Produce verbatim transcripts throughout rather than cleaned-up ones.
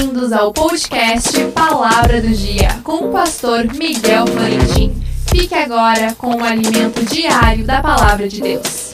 Bem-vindos ao podcast Palavra do Dia, com o pastor Miguel Florentin. Fique agora com o alimento diário da Palavra de Deus.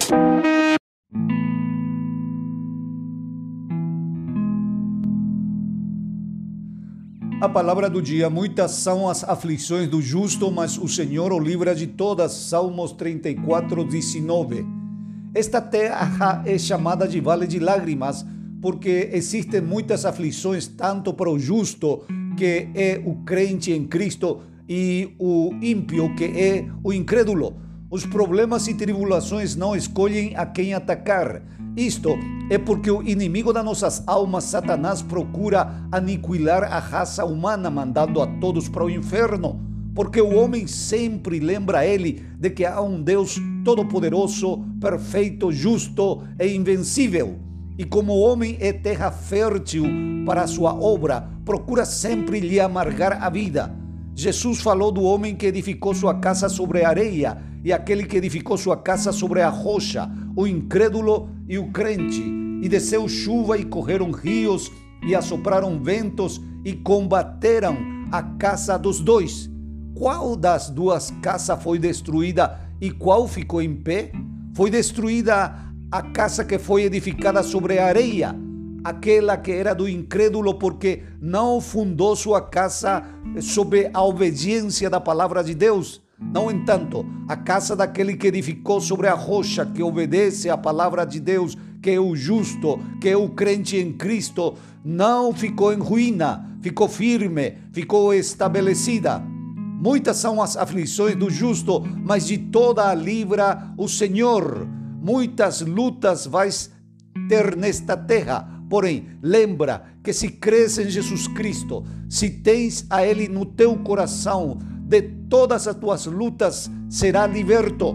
A palavra do dia: muitas são as aflições do justo, mas o Senhor o livra de todas. Salmos trinta e quatro, dezenove. Esta terra é chamada de vale de lágrimas, porque existem muitas aflições, tanto para o justo, que é o crente em Cristo, e o ímpio, que é o incrédulo. Os problemas e tribulações não escolhem a quem atacar. Isto é porque o inimigo das nossas almas, Satanás, procura aniquilar a raça humana, mandando a todos para o inferno. Porque o homem sempre lembra a ele de que há um Deus todo-poderoso, perfeito, justo e invencível. E como o homem é terra fértil para a sua obra, procura sempre lhe amargar a vida. Jesus falou do homem que edificou sua casa sobre a areia e aquele que edificou sua casa sobre a rocha, o incrédulo e o crente. E desceu chuva e correram rios e assopraram ventos e combateram a casa dos dois. Qual das duas casas foi destruída e qual ficou em pé? Foi destruída a casa que foi edificada sobre a areia, aquela que era do incrédulo, porque não fundou sua casa sob a obediência da palavra de Deus. No entanto, a casa daquele que edificou sobre a rocha, que obedece à palavra de Deus, que é o justo, que é o crente em Cristo, não ficou em ruína, ficou firme, ficou estabelecida. Muitas são as aflições do justo, mas de toda a livra o Senhor. Muitas lutas vais ter nesta terra. Porém, lembra que se crês em Jesus Cristo, se tens a Ele no teu coração, de todas as tuas lutas será liberto.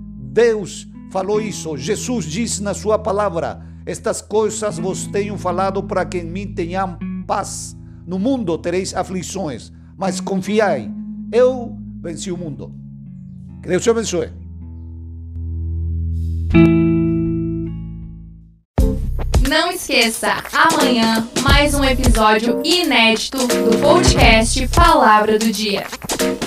Deus falou isso. Jesus disse na sua palavra: estas coisas vos tenho falado para que em mim tenham paz. No mundo tereis aflições, mas confiai, eu venci o mundo. Que Deus te abençoe. Não esqueça, amanhã mais um episódio inédito do podcast Palavra do Dia.